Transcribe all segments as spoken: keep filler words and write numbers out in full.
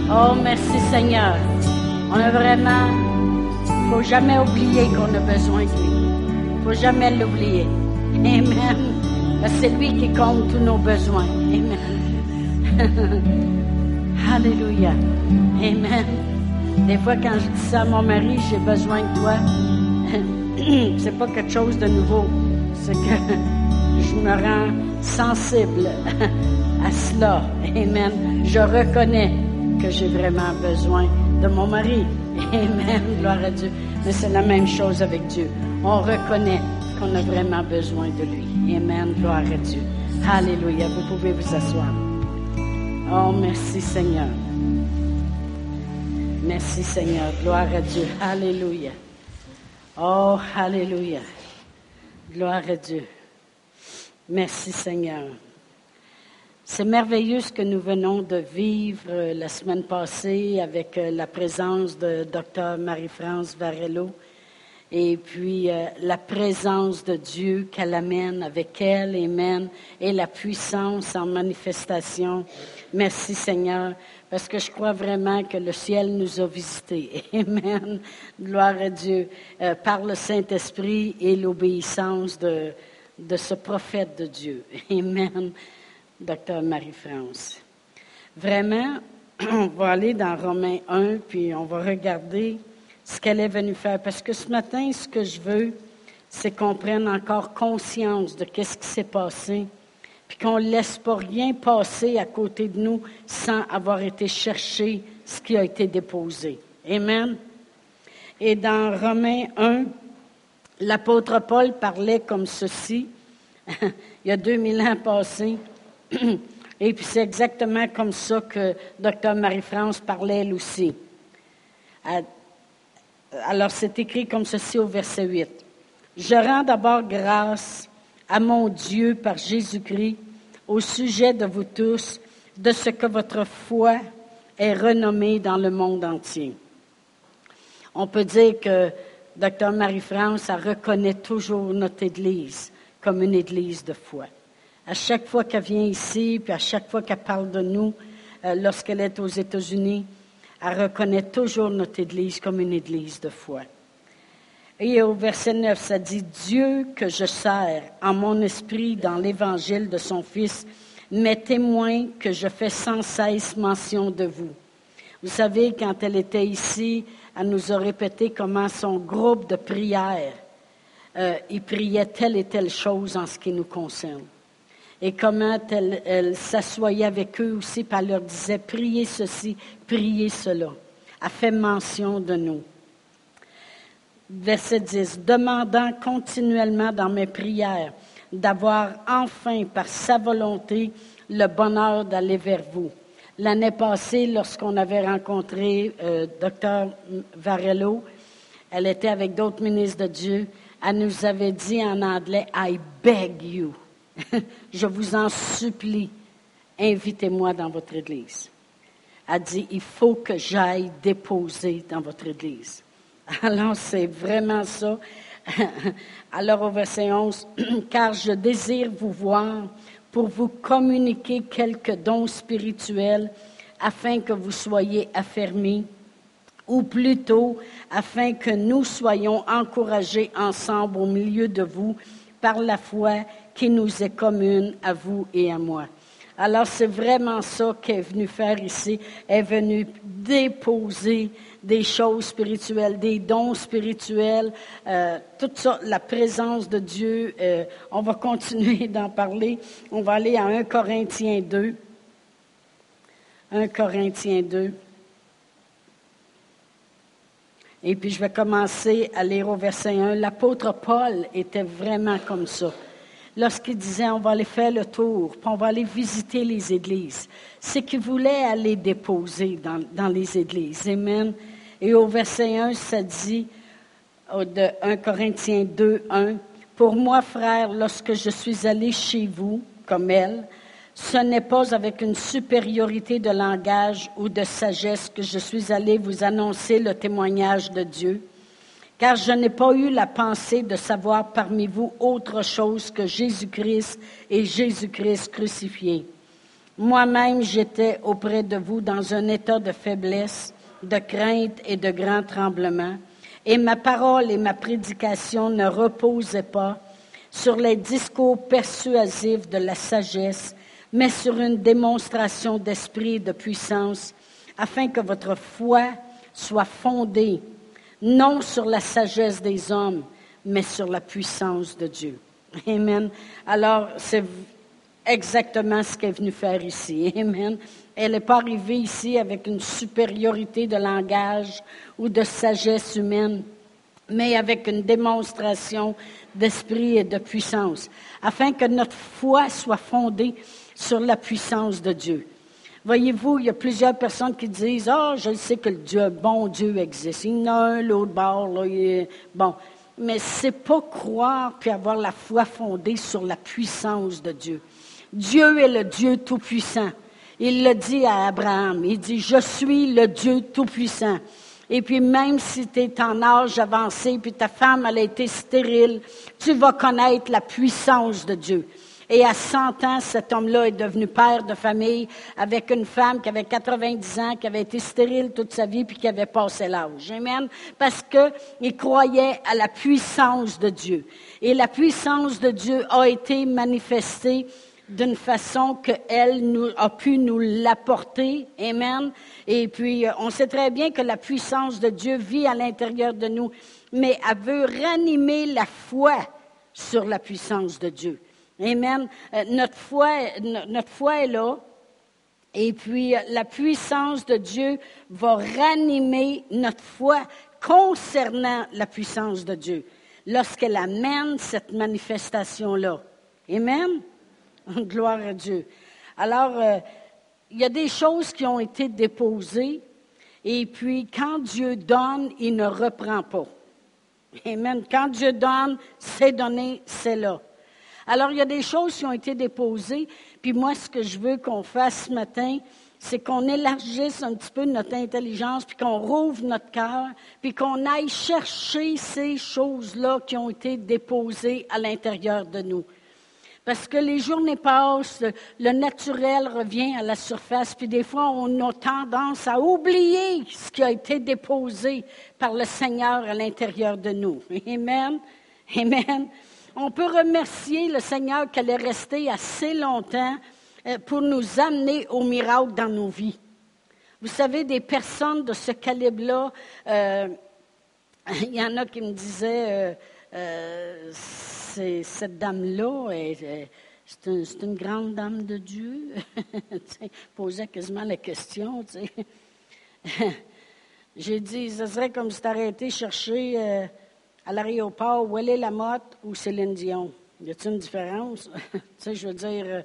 Oh, merci Seigneur. On a vraiment, il ne faut jamais oublier qu'on a besoin de lui. Il ne faut jamais l'oublier. Amen. Parce que c'est lui qui compte tous nos besoins. Amen. Alléluia. Amen. Des fois, quand je dis ça à mon mari, j'ai besoin de toi, c'est pas quelque chose de nouveau. C'est que je me rends sensible à cela. Amen. Je reconnais que j'ai vraiment besoin de mon mari. Amen. Gloire à Dieu. Mais c'est la même chose avec Dieu. On reconnaît qu'on a vraiment besoin de lui. Amen. Gloire à Dieu. Alléluia. Vous pouvez vous asseoir. Oh, merci Seigneur. Merci Seigneur. Gloire à Dieu. Alléluia. Oh, alléluia. Gloire à Dieu. Merci Seigneur. C'est merveilleux ce que nous venons de vivre la semaine passée avec la présence de Docteur Marie-France Varello et puis euh, la présence de Dieu qu'elle amène avec elle, amen, et la puissance en manifestation. Merci Seigneur, parce que je crois vraiment que le ciel nous a visités, amen, gloire à Dieu, euh, par le Saint-Esprit et l'obéissance de, de ce prophète de Dieu, amen. Docteur Marie-France. Vraiment, on va aller dans Romains un, puis on va regarder ce qu'elle est venue faire. Parce que ce matin, ce que je veux, c'est qu'on prenne encore conscience de qu'est-ce qui s'est passé, puis qu'on ne laisse pas rien passer à côté de nous sans avoir été chercher ce qui a été déposé. Amen. Et dans Romains un, l'apôtre Paul parlait comme ceci, il y a deux mille ans passés. Et puis c'est exactement comme ça que Docteur Marie-France parlait elle aussi. Alors c'est écrit comme ceci au verset huit. « Je rends d'abord grâce à mon Dieu par Jésus-Christ au sujet de vous tous, de ce que votre foi est renommée dans le monde entier. » On peut dire que Docteur Marie-France elle reconnaît toujours notre Église comme une Église de foi. À chaque fois qu'elle vient ici, puis à chaque fois qu'elle parle de nous, euh, lorsqu'elle est aux États-Unis, elle reconnaît toujours notre Église comme une Église de foi. Et au verset neuf, ça dit « Dieu que je sers en mon esprit dans l'Évangile de son Fils m'est témoin que je fais sans cesse mention de vous. » Vous savez, quand elle était ici, elle nous a répété comment son groupe de prière, euh, il priait telle et telle chose en ce qui nous concerne. Et comment elle, elle s'assoyait avec eux aussi, puis elle leur disait, priez ceci, priez cela. Elle fait mention de nous. Verset dix, demandant continuellement dans mes prières d'avoir enfin, par sa volonté, le bonheur d'aller vers vous. L'année passée, lorsqu'on avait rencontré euh, Docteur Varello, elle était avec d'autres ministres de Dieu, elle nous avait dit en anglais, « I beg you ». Je vous en supplie, invitez-moi dans votre Église. Elle dit, il faut que j'aille déposer dans votre Église. Alors, c'est vraiment ça. Alors, au verset onze, car je désire vous voir pour vous communiquer quelques dons spirituels afin que vous soyez affermis, ou plutôt afin que nous soyons encouragés ensemble au milieu de vous par la foi qui nous est commune à vous et à moi. Alors, c'est vraiment ça qu'elle est venue faire ici. Elle est venue déposer des choses spirituelles, des dons spirituels, euh, toute ça, la présence de Dieu. Euh, on va continuer d'en parler. On va aller à un Corinthiens deux. un Corinthiens deux. Et puis, je vais commencer à lire au verset un. L'apôtre Paul était vraiment comme ça. Lorsqu'il disait, on va aller faire le tour, puis on va aller visiter les églises, c'est qu'il voulait aller déposer dans, dans les églises. Amen. Et au verset un, ça dit, de un Corinthiens deux, un, « Pour moi, frère, lorsque je suis allé chez vous, comme elle, ce n'est pas avec une supériorité de langage ou de sagesse que je suis allé vous annoncer le témoignage de Dieu. Car je n'ai pas eu la pensée de savoir parmi vous autre chose que Jésus-Christ et Jésus-Christ crucifié. Moi-même, j'étais auprès de vous dans un état de faiblesse, de crainte et de grand tremblement. Et ma parole et ma prédication ne reposaient pas sur les discours persuasifs de la sagesse, mais sur une démonstration d'esprit et de puissance, afin que votre foi soit fondée, non sur la sagesse des hommes, mais sur la puissance de Dieu. Amen. Alors, c'est exactement ce qu'elle est venue faire ici. Amen. Elle n'est pas arrivée ici avec une supériorité de langage ou de sagesse humaine, mais avec une démonstration d'esprit et de puissance, afin que notre foi soit fondée sur la puissance de Dieu. Voyez-vous, il y a plusieurs personnes qui disent « Ah, oh, je sais que le Dieu, bon Dieu existe. Il y en a un, l'autre bord, là, il est... » Bon, mais c'est pas croire puis avoir la foi fondée sur la puissance de Dieu. Dieu est le Dieu tout-puissant. Il le dit à Abraham. Il dit, je suis le Dieu tout-puissant. Et puis même si tu es en âge avancé, puis ta femme, elle a été stérile, tu vas connaître la puissance de Dieu. Et à cent ans, cet homme-là est devenu père de famille avec une femme qui avait quatre-vingt-dix ans, qui avait été stérile toute sa vie, puis qui avait passé l'âge. Amen. Parce qu'il croyait à la puissance de Dieu. Et la puissance de Dieu a été manifestée d'une façon qu'elle nous, a pu nous l'apporter. Amen. Et puis, on sait très bien que la puissance de Dieu vit à l'intérieur de nous, mais elle veut ranimer la foi sur la puissance de Dieu. Amen. Euh, notre foi, notre foi est là. Et puis, euh, la puissance de Dieu va ranimer notre foi concernant la puissance de Dieu lorsqu'elle amène cette manifestation-là. Amen. Gloire à Dieu. Alors, euh, il y a des choses qui ont été déposées. Et puis, quand Dieu donne, il ne reprend pas. Amen. Quand Dieu donne, c'est donné, c'est là. Alors, il y a des choses qui ont été déposées, puis moi, ce que je veux qu'on fasse ce matin, c'est qu'on élargisse un petit peu notre intelligence, puis qu'on rouvre notre cœur, puis qu'on aille chercher ces choses-là qui ont été déposées à l'intérieur de nous. Parce que les journées passent, le naturel revient à la surface, puis des fois, on a tendance à oublier ce qui a été déposé par le Seigneur à l'intérieur de nous. Amen. Amen. On peut remercier le Seigneur qu'elle est restée assez longtemps pour nous amener au miracle dans nos vies. Vous savez, des personnes de ce calibre-là, euh, il y en a qui me disaient, euh, euh, c'est, cette dame-là, elle, c'est, un, c'est une grande dame de Dieu. Posait quasiment la question. J'ai dit, ce serait comme si tu aurais été chercher... Euh, à l'aéroport, où elle est Lamotte ou Céline Dion? Y a-t-il une différence? Tu sais, je veux dire,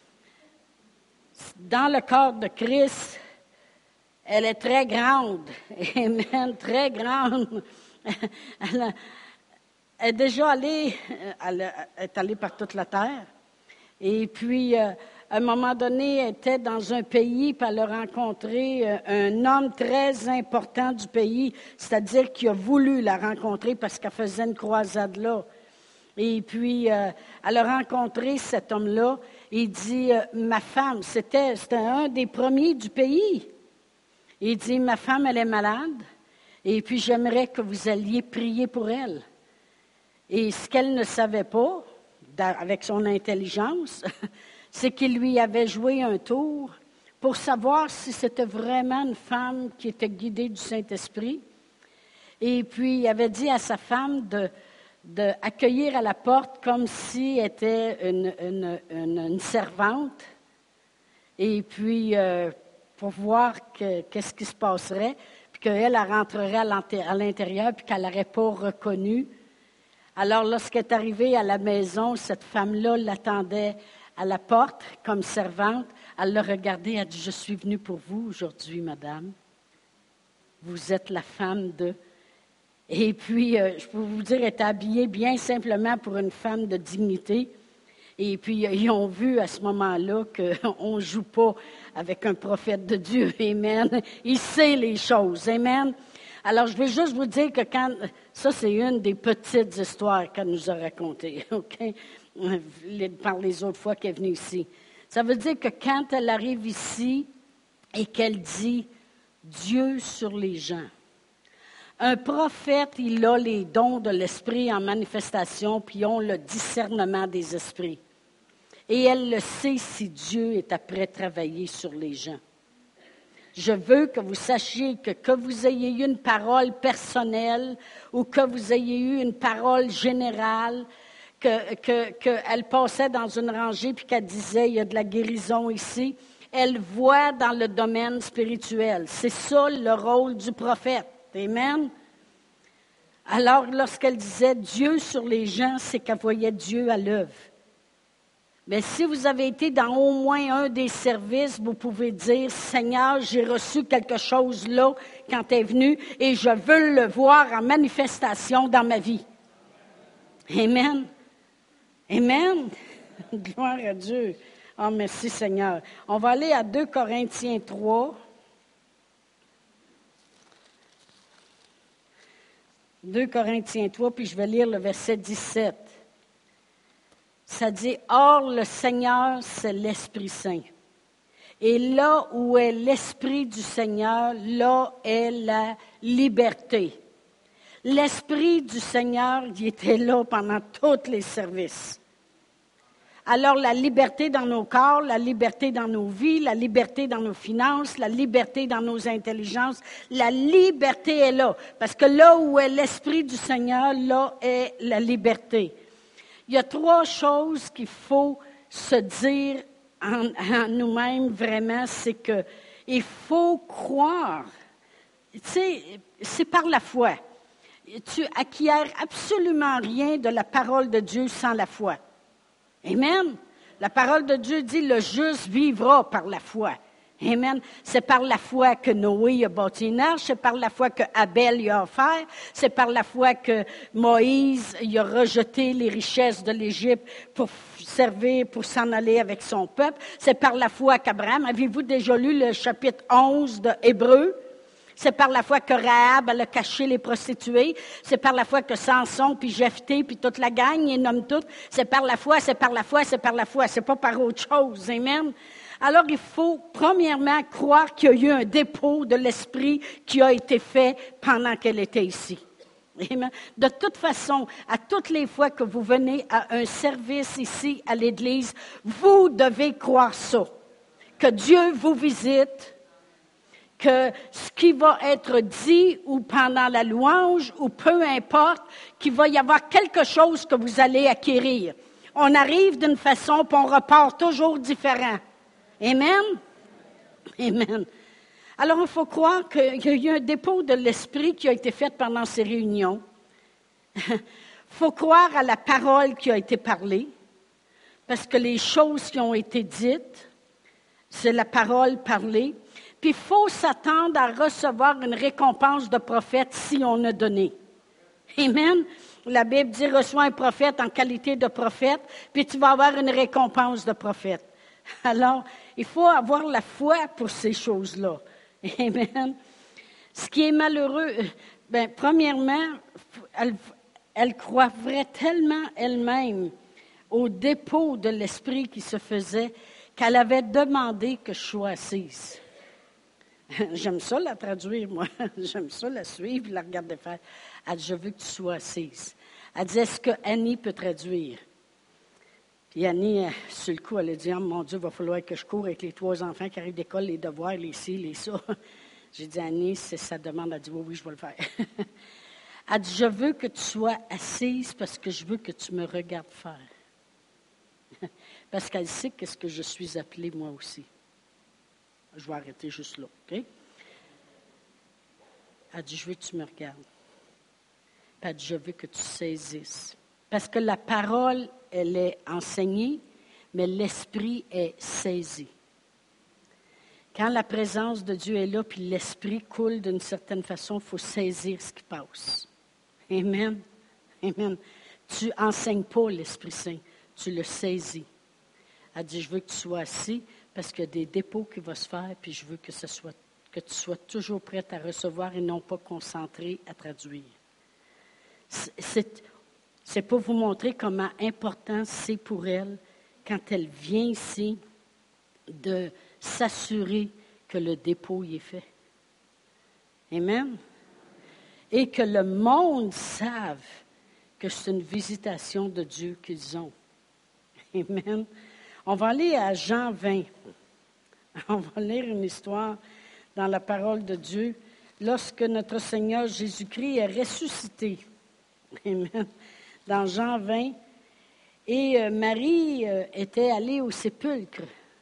dans le corps de Christ, elle est très grande. Amen, très grande. Elle, a, elle est déjà allée, elle est allée par toute la terre. Et puis, à un moment donné, elle était dans un pays, puis elle a rencontré un homme très important du pays, c'est-à-dire qu'il a voulu la rencontrer parce qu'elle faisait une croisade là. Et puis, euh, elle a rencontré cet homme-là. Il dit, euh, ma femme, c'était, c'était un des premiers du pays. Il dit, ma femme, elle est malade, et puis j'aimerais que vous alliez prier pour elle. Et ce qu'elle ne savait pas, avec son intelligence, c'est qu'il lui avait joué un tour pour savoir si c'était vraiment une femme qui était guidée du Saint-Esprit. Et puis, il avait dit à sa femme de, de accueillir à la porte comme si elle était une, une, une, une servante. Et puis, euh, pour voir que, qu'est-ce qui se passerait, puis qu'elle, elle rentrerait à l'intérieur, puis qu'elle n'aurait pas reconnu. Alors, lorsqu'elle est arrivée à la maison, cette femme-là l'attendait à la porte comme servante. Elle l'a regardée, elle a dit, « Je suis venue pour vous aujourd'hui, madame. Vous êtes la femme de... » Et puis, euh, je peux vous dire, elle était habillée bien simplement pour une femme de dignité. Et puis, ils ont vu à ce moment-là qu'on ne joue pas avec un prophète de Dieu. Amen. Il sait les choses. Amen. Alors, je veux juste vous dire que quand... Ça, c'est une des petites histoires qu'elle nous a racontées, OK? Par les autres fois qu'elle est venue ici. Ça veut dire que quand elle arrive ici et qu'elle dit « Dieu sur les gens », un prophète, il a les dons de l'esprit en manifestation, puis ils ont le discernement des esprits. Et elle le sait si Dieu est après travailler sur les gens. Je veux que vous sachiez que que vous ayez eu une parole personnelle ou que vous ayez eu une parole générale, que, que, qu'elle passait dans une rangée puis qu'elle disait « il y a de la guérison ici », elle voit dans le domaine spirituel. C'est ça le rôle du prophète. Amen. Alors, lorsqu'elle disait Dieu sur les gens, c'est qu'elle voyait Dieu à l'œuvre. Mais si vous avez été dans au moins un des services, vous pouvez dire, Seigneur, j'ai reçu quelque chose là quand tu es venu et je veux le voir en manifestation dans ma vie. Amen. Amen. Gloire à Dieu. Oh, merci Seigneur. On va aller à deux Corinthiens trois. deux Corinthiens trois, puis je vais lire le verset dix-sept. Ça dit, « Or, le Seigneur, c'est l'Esprit Saint. Et là où est l'Esprit du Seigneur, là est la liberté. » L'Esprit du Seigneur, il était là pendant tous les services. Alors, la liberté dans nos corps, la liberté dans nos vies, la liberté dans nos finances, la liberté dans nos intelligences, la liberté est là. Parce que là où est l'Esprit du Seigneur, là est la liberté. Il y a trois choses qu'il faut se dire en, en nous-mêmes vraiment, c'est que il faut croire. Tu sais, c'est par la foi. Tu acquiers absolument rien de la parole de Dieu sans la foi. Amen. La parole de Dieu dit, le juste vivra par la foi. Amen. C'est par la foi que Noé a bâti une arche, c'est par la foi que Abel y a offert, c'est par la foi que Moïse y a rejeté les richesses de l'Égypte pour servir, pour s'en aller avec son peuple. C'est par la foi qu'Abraham, avez-vous déjà lu le chapitre onze de Hébreux? C'est par la foi que Rahab, elle a caché les prostituées. C'est par la foi que Samson, puis Jephthé, puis toute la gang, ils nomment toutes. C'est par la foi, c'est par la foi, c'est par la foi. C'est pas par autre chose. Amen. Alors, il faut, premièrement, croire qu'il y a eu un dépôt de l'Esprit qui a été fait pendant qu'elle était ici. Amen. De toute façon, à toutes les fois que vous venez à un service ici à l'Église, vous devez croire ça. Que Dieu vous visite, que ce qui va être dit ou pendant la louange ou peu importe, qu'il va y avoir quelque chose que vous allez acquérir. On arrive d'une façon puis on repart toujours différent. Amen? Amen. Alors, il faut croire qu'il y a eu un dépôt de l'Esprit qui a été fait pendant ces réunions. Il faut croire à la parole qui a été parlée, parce que les choses qui ont été dites, c'est la parole parlée. Puis il faut s'attendre à recevoir une récompense de prophète si on a donné. Amen. La Bible dit, reçois un prophète en qualité de prophète, puis tu vas avoir une récompense de prophète. Alors, il faut avoir la foi pour ces choses-là. Amen. Ce qui est malheureux, bien, premièrement, elle, elle croirait tellement elle-même au dépôt de l'Esprit qui se faisait qu'elle avait demandé que je sois assise. J'aime ça la traduire, moi. J'aime ça la suivre, la regarder faire. Elle dit, je veux que tu sois assise. Elle dit, est-ce que Annie peut traduire? Puis Annie, sur le coup, elle a dit, oh mon Dieu, il va falloir que je cours avec les trois enfants qui arrivent d'école, les devoirs, les ci, les ça. J'ai dit, Annie, c'est sa demande. Elle dit, oui, oui, je vais le faire. Elle dit, je veux que tu sois assise parce que je veux que tu me regardes faire. Parce qu'elle sait qu'est-ce que je suis appelée moi aussi. Je vais arrêter juste là, OK? Elle dit, je veux que tu me regardes. Puis elle dit, je veux que tu saisisses. Parce que la parole, elle est enseignée, mais l'esprit est saisi. Quand la présence de Dieu est là, puis l'esprit coule d'une certaine façon, il faut saisir ce qui passe. Amen. Amen. Tu n'enseignes pas l'Esprit Saint, tu le saisis. Elle dit, je veux que tu sois assis, parce qu'il y a des dépôts qui vont se faire, puis je veux que, ce soit, que tu sois toujours prête à recevoir et non pas concentrée à traduire. C'est, c'est pour vous montrer comment important c'est pour elle, quand elle vient ici, de s'assurer que le dépôt y est fait. Amen. Et que le monde sache que c'est une visitation de Dieu qu'ils ont. Amen. On va aller à Jean vingt. On va lire une histoire dans la parole de Dieu lorsque notre Seigneur Jésus-Christ est ressuscité. Amen. Dans Jean vingt. Et euh, Marie euh, était allée au sépulcre.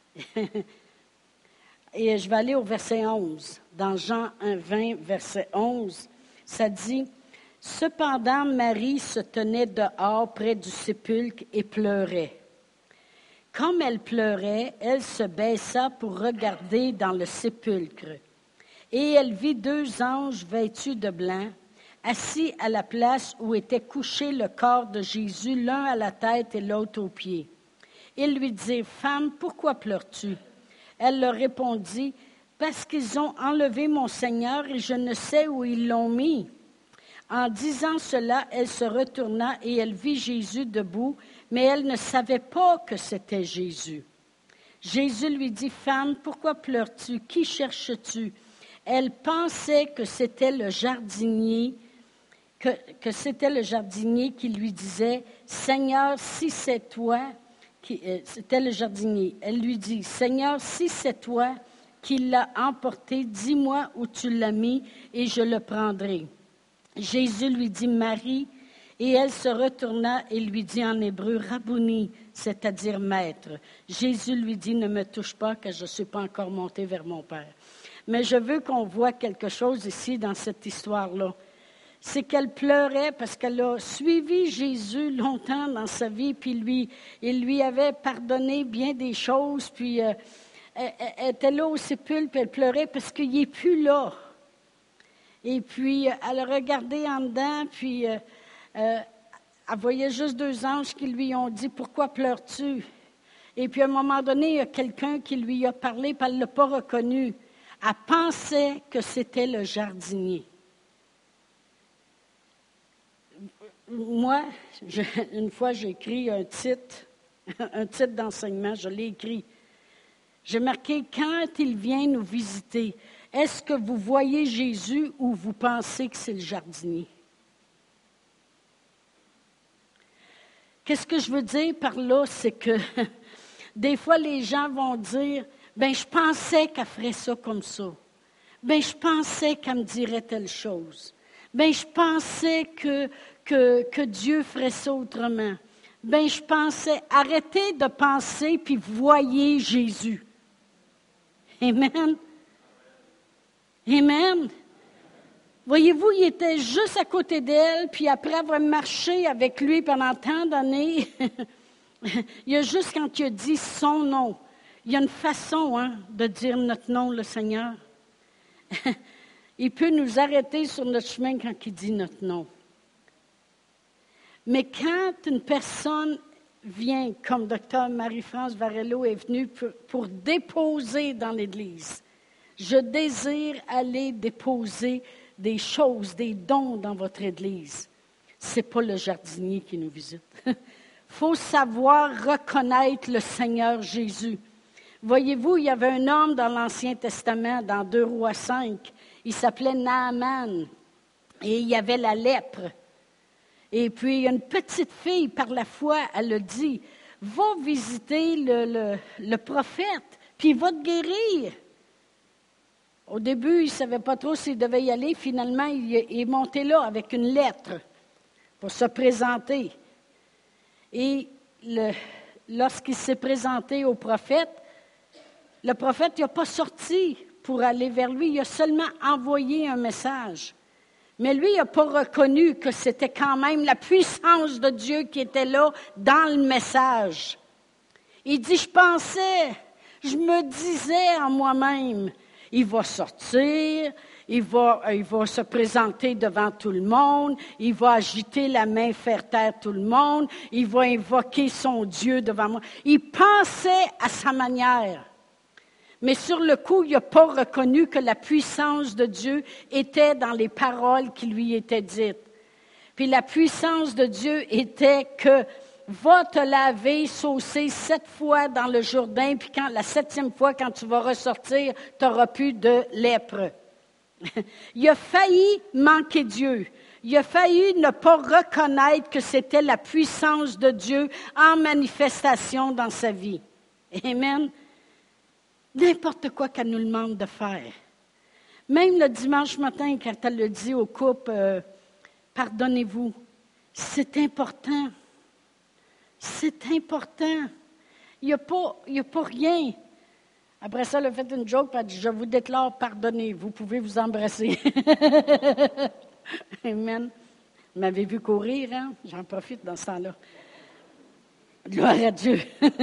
Et je vais aller au verset onze. Dans Jean vingt, verset onze, ça dit « Cependant, Marie se tenait dehors près du sépulcre et pleurait. Comme elle pleurait, elle se baissa pour regarder dans le sépulcre. Et elle vit deux anges vêtus de blanc, assis à la place où était couché le corps de Jésus, l'un à la tête et l'autre aux pieds. Ils lui dirent, « Femme, pourquoi pleures-tu? » Elle leur répondit, « Parce qu'ils ont enlevé mon Seigneur et je ne sais où ils l'ont mis. » En disant cela, elle se retourna et elle vit Jésus debout, mais elle ne savait pas que c'était Jésus. Jésus lui dit, « Femme, pourquoi pleures-tu? Qui cherches-tu? » Elle pensait que c'était le jardinier, que, que c'était le jardinier qui lui disait, « Seigneur, si c'est toi... » Qui, euh, c'était le jardinier. Elle lui dit, « Seigneur, si c'est toi qui l'as emporté, dis-moi où tu l'as mis et je le prendrai. » Jésus lui dit, « Marie. » Et elle se retourna et lui dit en hébreu, « Rabouni », c'est-à-dire maître. Jésus lui dit, « Ne me touche pas, car je ne suis pas encore monté vers mon Père. » Mais je veux qu'on voit quelque chose ici dans cette histoire-là. C'est qu'elle pleurait parce qu'elle a suivi Jésus longtemps dans sa vie, puis lui, il lui avait pardonné bien des choses, puis euh, elle, elle était là au sépulcre, puis elle pleurait parce qu'il n'est plus là. Et puis, elle a regardé en dedans, puis euh, euh, elle voyait juste deux anges qui lui ont dit « Pourquoi pleures-tu? » Et puis, à un moment donné, il y a quelqu'un qui lui a parlé, puis elle ne l'a pas reconnu. Elle pensait que c'était le jardinier. Moi, je, une fois, j'ai écrit un titre, un titre d'enseignement, je l'ai écrit. J'ai marqué « Quand il vient nous visiter, est-ce que vous voyez Jésus ou vous pensez que c'est le jardinier? » Qu'est-ce que je veux dire par là? C'est que des fois, les gens vont dire « Ben, je pensais qu'elle ferait ça comme ça. Ben, je pensais qu'elle me dirait telle chose. Ben, je pensais que... Que, que Dieu ferait ça autrement. » Ben, je pensais, arrêtez de penser, puis voyez Jésus. Amen. Amen. Voyez-vous, il était juste à côté d'elle, puis après avoir marché avec lui pendant tant d'années, il y a juste quand il a dit son nom, il y a une façon hein, de dire notre nom, le Seigneur. Il peut nous arrêter sur notre chemin quand il dit notre nom. Mais quand une personne vient, comme docteur Marie-France Varello est venue pour, pour déposer dans l'Église, je désire aller déposer des choses, des dons dans votre Église. Ce n'est pas le jardinier qui nous visite. Il faut savoir reconnaître le Seigneur Jésus. Voyez-vous, il y avait un homme dans l'Ancien Testament, dans deux Rois cinq, il s'appelait Naaman, et il y avait la lèpre. Et puis, une petite fille, par la foi, elle a dit, « Va visiter le, le, le prophète, puis il va te guérir. » Au début, il ne savait pas trop s'il devait y aller. Finalement, il est monté là avec une lettre pour se présenter. Et le, lorsqu'il s'est présenté au prophète, le prophète n'a pas sorti pour aller vers lui. Il a seulement envoyé un message. Mais lui, il n'a pas reconnu que c'était quand même la puissance de Dieu qui était là dans le message. Il dit, je pensais, je me disais en moi-même, il va sortir, il va, il va se présenter devant tout le monde, il va agiter la main, faire taire tout le monde, il va invoquer son Dieu devant moi. Il pensait à sa manière. Mais sur le coup, il n'a pas reconnu que la puissance de Dieu était dans les paroles qui lui étaient dites. Puis la puissance de Dieu était que va te laver, saucer sept fois dans le Jourdain, puis quand, la septième fois, quand tu vas ressortir, tu n'auras plus de lèpre. Il a failli manquer Dieu. Il a failli ne pas reconnaître que c'était la puissance de Dieu en manifestation dans sa vie. Amen. N'importe quoi qu'elle nous demande de faire. Même le dimanche matin, quand elle le dit au couple, euh, pardonnez-vous, c'est important. C'est important. Il n'y a pas, il y a pas rien. Après ça, elle a fait une joke, elle a dit, je vous déclare pardonné, vous pouvez vous embrasser. Amen. Vous m'avez vu courir, hein? J'en profite dans ce temps-là. Gloire à Dieu.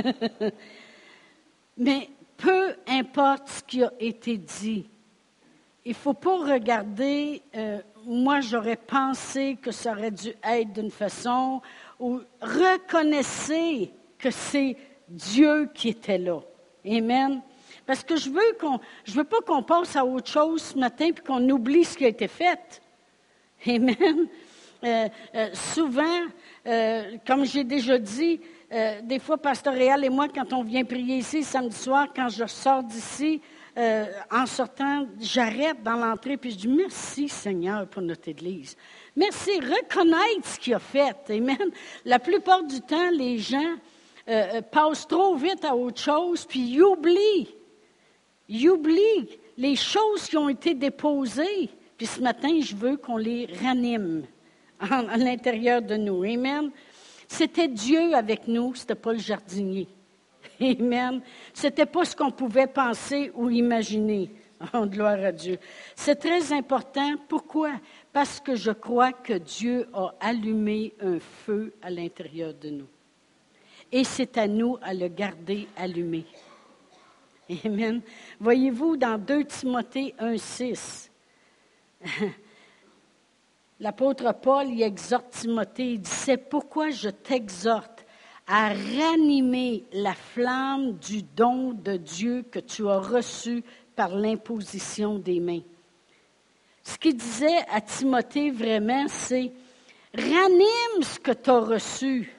Mais peu importe ce qui a été dit, il ne faut pas regarder, euh, moi j'aurais pensé que ça aurait dû être d'une façon, ou reconnaissez que c'est Dieu qui était là. Amen. Parce que je veux qu'on, je veux pas qu'on passe à autre chose ce matin puis qu'on oublie ce qui a été fait. Amen. Euh, euh, souvent, euh, comme j'ai déjà dit, euh, des fois, Pasteur Réal et moi, quand on vient prier ici samedi soir, quand je sors d'ici, euh, en sortant, j'arrête dans l'entrée puis je dis merci Seigneur pour notre Église. Merci, reconnaître ce qu'il a fait. Amen. La plupart du temps, les gens euh, passent trop vite à autre chose puis ils oublient. Ils oublient les choses qui ont été déposées. Puis ce matin, je veux qu'on les ranime en, à l'intérieur de nous. Amen. C'était Dieu avec nous, c'était pas le jardinier. Amen. C'était pas ce qu'on pouvait penser ou imaginer. Oh, gloire à Dieu. C'est très important. Pourquoi? Parce que je crois que Dieu a allumé un feu à l'intérieur de nous. Et c'est à nous à le garder allumé. Amen. Voyez-vous, dans deux Timothée un six, l'apôtre Paul y exhorte Timothée, il dit, c'est pourquoi je t'exhorte à ranimer la flamme du don de Dieu que tu as reçu par l'imposition des mains. Ce qu'il disait à Timothée vraiment, c'est ranime ce que tu as reçu.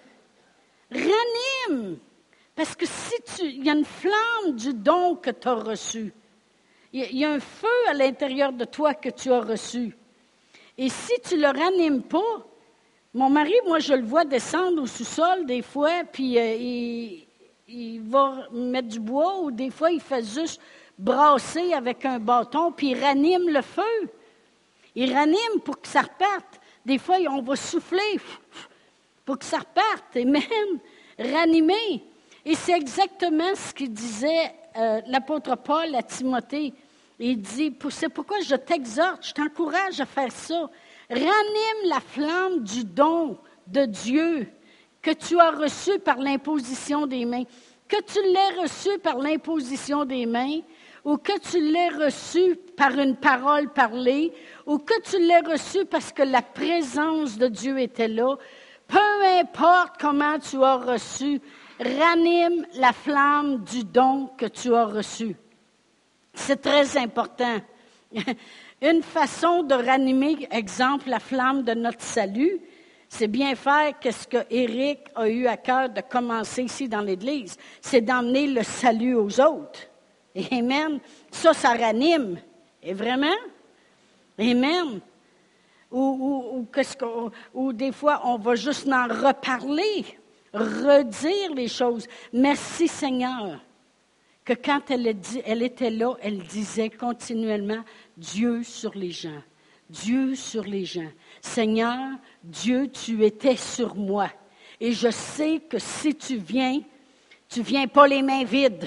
Ranime. Parce que si tu, il y a une flamme du don que tu as reçu. Il y a un feu à l'intérieur de toi que tu as reçu. Et si tu ne le ranimes pas, mon mari, moi, je le vois descendre au sous-sol des fois, puis euh, il, il va mettre du bois, ou des fois, il fait juste brasser avec un bâton, puis il ranime le feu. Il ranime pour que ça reparte. Des fois, on va souffler pour que ça reparte. Et même ranimer. Et c'est exactement ce qu'il disait euh, l'apôtre Paul à Timothée. Il dit, c'est pourquoi je t'exhorte, je t'encourage à faire ça. Ranime la flamme du don de Dieu que tu as reçu par l'imposition des mains. Que tu l'aies reçu par l'imposition des mains, ou que tu l'aies reçu par une parole parlée, ou que tu l'aies reçu parce que la présence de Dieu était là. Peu importe comment tu as reçu, ranime la flamme du don que tu as reçu. C'est très important. Une façon de ranimer, exemple, la flamme de notre salut, c'est bien faire ce que Éric a eu à cœur de commencer ici dans l'Église, c'est d'emmener le salut aux autres. Amen. Ça, ça ranime. Et vraiment? Amen. Ou, ou, ou, qu'est-ce qu'on, ou des fois, on va juste en reparler, redire les choses. Merci Seigneur. Que quand elle, dit, elle était là, elle disait continuellement Dieu sur les gens, Dieu sur les gens. Seigneur, Dieu, tu étais sur moi. Et je sais que si tu viens, tu ne viens pas les mains vides.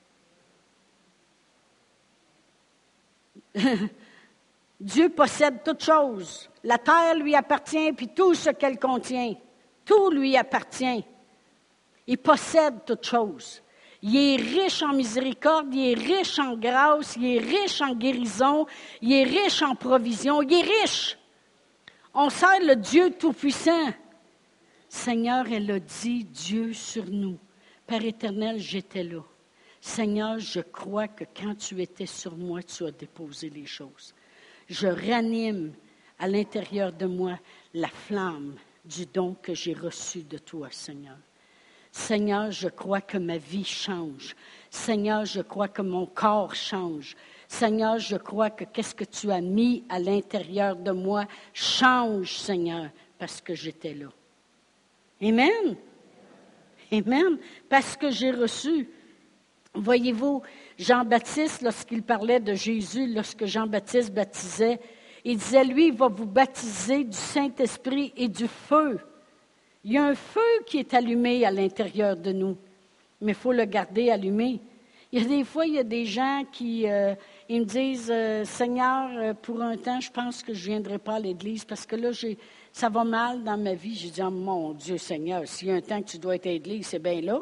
Dieu possède toutes choses. La terre lui appartient, puis tout ce qu'elle contient. Tout lui appartient. Il possède toutes choses. Il est riche en miséricorde, il est riche en grâce, il est riche en guérison, il est riche en provision, il est riche. On sert le Dieu Tout-Puissant. Seigneur, elle a dit Dieu sur nous. Père éternel, j'étais là. Seigneur, je crois que quand tu étais sur moi, tu as déposé les choses. Je ranime à l'intérieur de moi la flamme du don que j'ai reçu de toi, Seigneur. Seigneur, je crois que ma vie change. Seigneur, je crois que mon corps change. Seigneur, je crois que qu'est-ce que tu as mis à l'intérieur de moi change, Seigneur, parce que j'étais là. Amen. Amen. Parce que j'ai reçu. Voyez-vous, Jean-Baptiste, lorsqu'il parlait de Jésus, lorsque Jean-Baptiste baptisait, il disait, lui, il va vous baptiser du Saint-Esprit et du feu. Il y a un feu qui est allumé à l'intérieur de nous, mais il faut le garder allumé. Il y a des fois, il y a des gens qui euh, ils me disent, euh, Seigneur, euh, pour un temps, je pense que je ne viendrai pas à l'Église parce que là, j'ai, ça va mal dans ma vie. J'ai dit, oh, mon Dieu Seigneur, s'il y a un temps que tu dois être à l'Église, c'est bien là.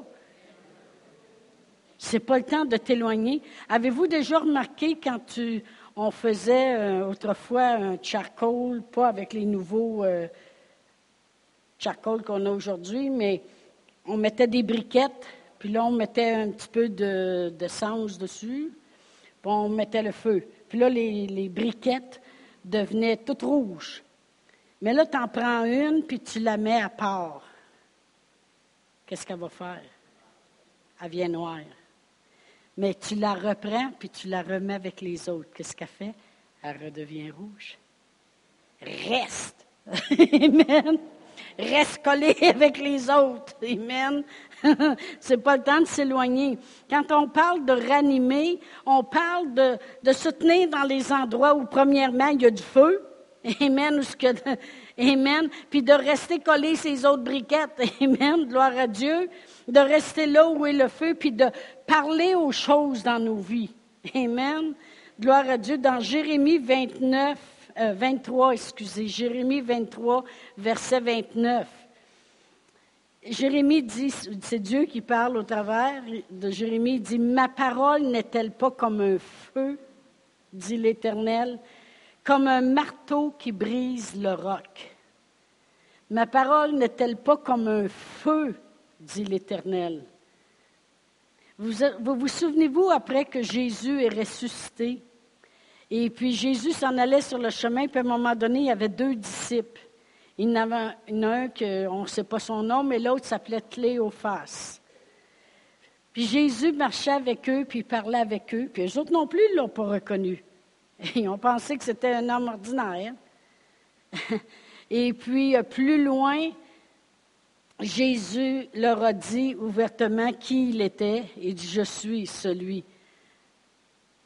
C'est pas le temps de t'éloigner. Avez-vous déjà remarqué quand tu, on faisait euh, autrefois un charcoal, pas avec les nouveaux euh, charcoal qu'on a aujourd'hui, mais on mettait des briquettes, puis là on mettait un petit peu de, d'essence dessus, puis on mettait le feu. Puis là les, les briquettes devenaient toutes rouges. Mais là tu en prends une, puis tu la mets à part. Qu'est-ce qu'elle va faire? Elle vient noire. Mais tu la reprends, puis tu la remets avec les autres. Qu'est-ce qu'elle fait? Elle redevient rouge. Reste! Amen! Reste collé avec les autres. Amen! C'est pas le temps de s'éloigner. Quand on parle de ranimer, on parle de, de se tenir dans les endroits où, premièrement, il y a du feu. Amen. Où ce que, amen. Puis de rester collé ces autres briquettes. Amen. Gloire à Dieu. De rester là où est le feu, puis de parler aux choses dans nos vies. Amen. Gloire à Dieu. Dans Jérémie vingt-neuf, euh, vingt-trois, excusez, Jérémie vingt-trois, verset vingt-neuf. Jérémie dit, c'est Dieu qui parle au travers de Jérémie, il dit, « Ma parole n'est-elle pas comme un feu, dit l'Éternel, comme un marteau qui brise le roc. Ma parole n'est-elle pas comme un feu, dit l'Éternel. » Vous, vous vous souvenez-vous, après que Jésus est ressuscité, et puis Jésus s'en allait sur le chemin, puis à un moment donné, il y avait deux disciples. Il y en avait un, il y en a un que, on ne sait pas son nom, mais l'autre s'appelait Cléophas. Puis Jésus marchait avec eux, puis il parlait avec eux, puis eux autres non plus, ils ne l'ont pas reconnu. Ils ont pensé que c'était un homme ordinaire. Et puis, plus loin, Jésus leur a dit ouvertement qui il était. Il dit, « Je suis celui, Jésus-Christ. »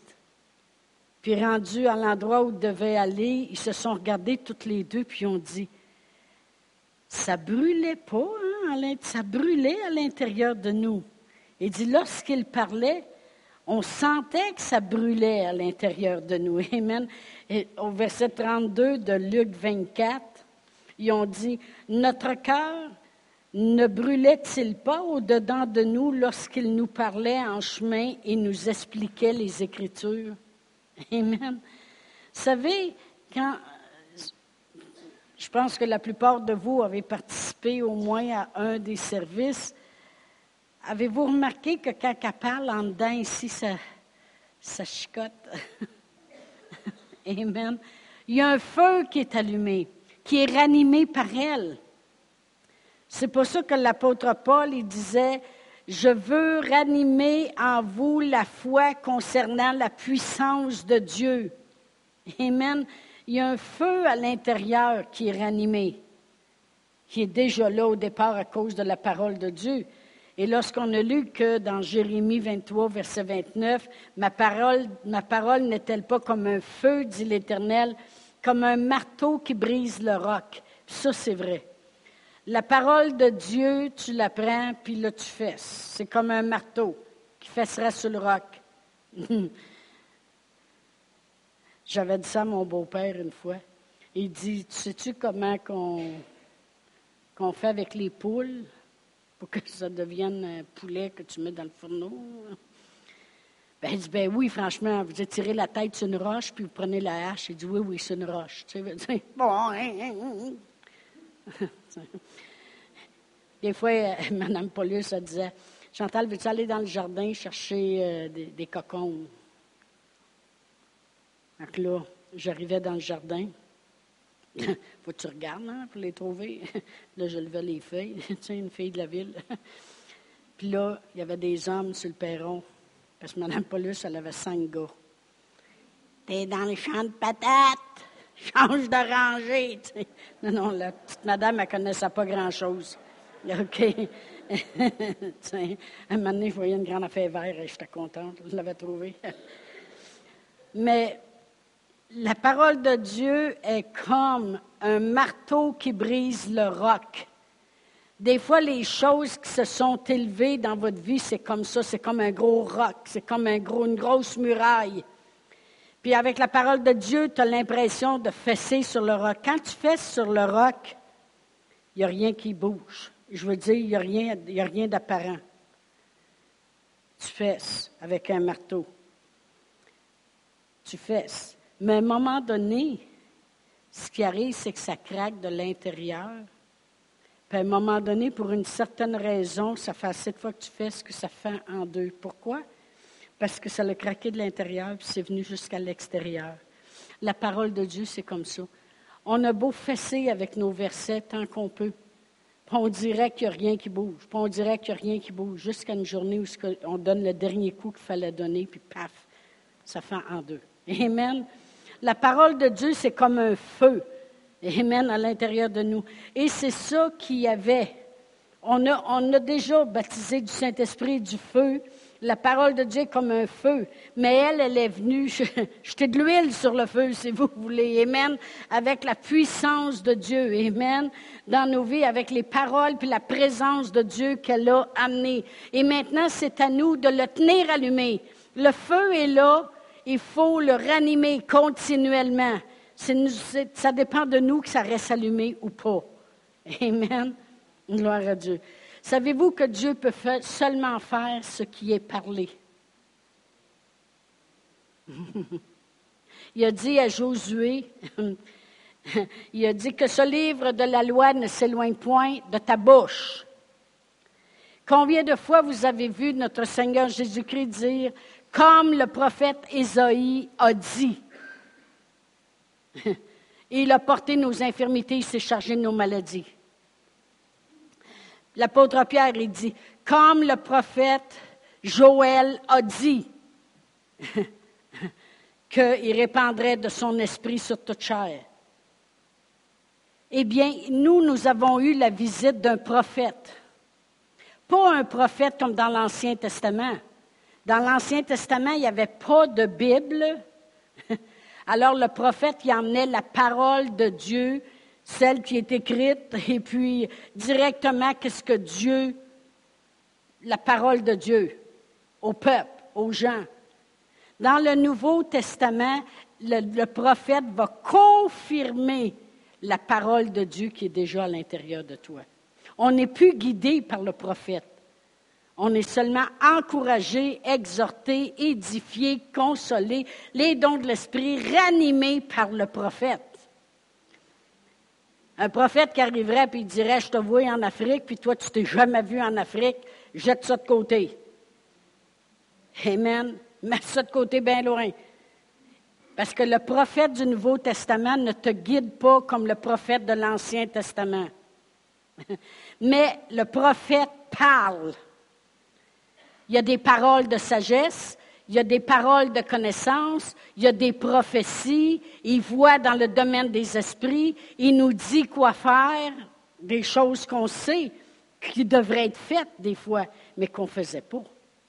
Puis rendu à l'endroit où ils devaient aller, ils se sont regardés toutes les deux, puis ils ont dit, « Ça brûlait pas, hein, ça brûlait à l'intérieur de nous. » Il dit, lorsqu'il parlait, on sentait que ça brûlait à l'intérieur de nous. Amen. Et au verset trente-deux de Luc vingt-quatre, ils ont dit, « Notre cœur ne brûlait-il pas au-dedans de nous lorsqu'il nous parlait en chemin et nous expliquait les Écritures? » Amen. Vous savez, quand, je pense que la plupart de vous avez participé au moins à un des services, avez-vous remarqué que quand elle parle en dedans ici, ça, ça chicote? Amen. Il y a un feu qui est allumé, qui est ranimé par elle. C'est pour ça que l'apôtre Paul, il disait, « Je veux ranimer en vous la foi concernant la puissance de Dieu. » Amen. Il y a un feu à l'intérieur qui est ranimé, qui est déjà là au départ à cause de la parole de Dieu. Et lorsqu'on a lu que dans Jérémie vingt-trois, verset vingt-neuf, « Ma parole, ma parole n'est-elle pas comme un feu, dit l'Éternel, comme un marteau qui brise le roc. » Ça, c'est vrai. La parole de Dieu, tu la prends, puis là, tu fesses. C'est comme un marteau qui fessera sur le roc. J'avais dit ça à mon beau-père une fois. Il dit, « Sais-tu comment qu'on, qu'on fait avec les poules pour que ça devienne un poulet que tu mets dans le fourneau? » Ben, il dit, « Ben oui, franchement, vous étirez la tête sur une roche, puis vous prenez la hache. » Il dit, « Oui, oui, c'est une roche. » Tu sais, bon, hein, hein, hein. Des fois, euh, Mme Paulus, elle disait, « Chantal, veux-tu aller dans le jardin chercher euh, des, des cocons? » Donc là, j'arrivais dans le jardin. Faut que tu regardes hein, pour les trouver. Là, je levais les feuilles. Tu sais, une fille de la ville. Puis là, il y avait des hommes sur le perron. Parce que Mme Paulus, elle avait cinq gars. T'es dans le champ de patates. Change de rangée. Tu sais. Non, non, la petite madame, elle ne connaissait pas grand-chose. OK. Tiens, un moment donné, je voyais une grande affaire verte et j'étais contente. Je l'avais trouvée. Mais la parole de Dieu est comme un marteau qui brise le roc. Des fois, les choses qui se sont élevées dans votre vie, c'est comme ça, c'est comme un gros roc, c'est comme un gros, une grosse muraille. Puis avec la parole de Dieu, tu as l'impression de fesser sur le roc. Quand tu fesses sur le roc, il n'y a rien qui bouge. Je veux dire, il n'y a rien, il n'y a rien d'apparent. Tu fesses avec un marteau. Tu fesses. Mais à un moment donné, ce qui arrive, c'est que ça craque de l'intérieur. Puis à un moment donné, pour une certaine raison, ça fait assez de fois que tu fais ce que ça fait en deux. Pourquoi? Parce que ça l'a craqué de l'intérieur, puis c'est venu jusqu'à l'extérieur. La parole de Dieu, c'est comme ça. On a beau fesser avec nos versets tant qu'on peut. Puis on dirait qu'il n'y a rien qui bouge. Puis on dirait qu'il n'y a rien qui bouge. Jusqu'à une journée où on donne le dernier coup qu'il fallait donner, puis paf, ça fait en deux. Amen. La parole de Dieu, c'est comme un feu. Amen, à l'intérieur de nous. Et c'est ça qu'il y avait. On a, on a déjà baptisé du Saint-Esprit du feu. La parole de Dieu est comme un feu. Mais elle, elle est venue jeter de l'huile sur le feu, si vous voulez. Amen. Avec la puissance de Dieu. Amen. Dans nos vies, avec les paroles puis la présence de Dieu qu'elle a amenée. Et maintenant, c'est à nous de le tenir allumé. Le feu est là. Il faut le ranimer continuellement. C'est, c'est, ça dépend de nous que ça reste allumé ou pas. Amen. Gloire à Dieu. Savez-vous que Dieu peut faire, seulement faire ce qui est parlé? Il a dit à Josué, il a dit que ce livre de la loi ne s'éloigne point de ta bouche. Combien de fois vous avez vu notre Seigneur Jésus-Christ dire, comme le prophète Ésaïe a dit, il a porté nos infirmités, il s'est chargé de nos maladies. L'apôtre Pierre, il dit, comme le prophète Joël a dit qu'il répandrait de son esprit sur toute chair. Eh bien, nous, nous avons eu la visite d'un prophète. Pas un prophète comme dans l'Ancien Testament. Dans l'Ancien Testament, il n'y avait pas de Bible. Alors, le prophète, il emmenait la parole de Dieu, celle qui est écrite, et puis directement, qu'est-ce que Dieu, la parole de Dieu, au peuple, aux gens. Dans le Nouveau Testament, le, le prophète va confirmer la parole de Dieu qui est déjà à l'intérieur de toi. On n'est plus guidé par le prophète. On est seulement encouragé, exhorté, édifié, consolé, les dons de l'esprit ranimés par le prophète. Un prophète qui arriverait et dirait, je te vois en Afrique, puis toi, tu t'es jamais vu en Afrique, jette ça de côté. Amen. Mets ça de côté bien loin. Parce que le prophète du Nouveau Testament ne te guide pas comme le prophète de l'Ancien Testament. Mais le prophète parle. Il y a des paroles de sagesse, il y a des paroles de connaissance, il y a des prophéties, il voit dans le domaine des esprits, il nous dit quoi faire, des choses qu'on sait, qui devraient être faites des fois, mais qu'on ne faisait pas.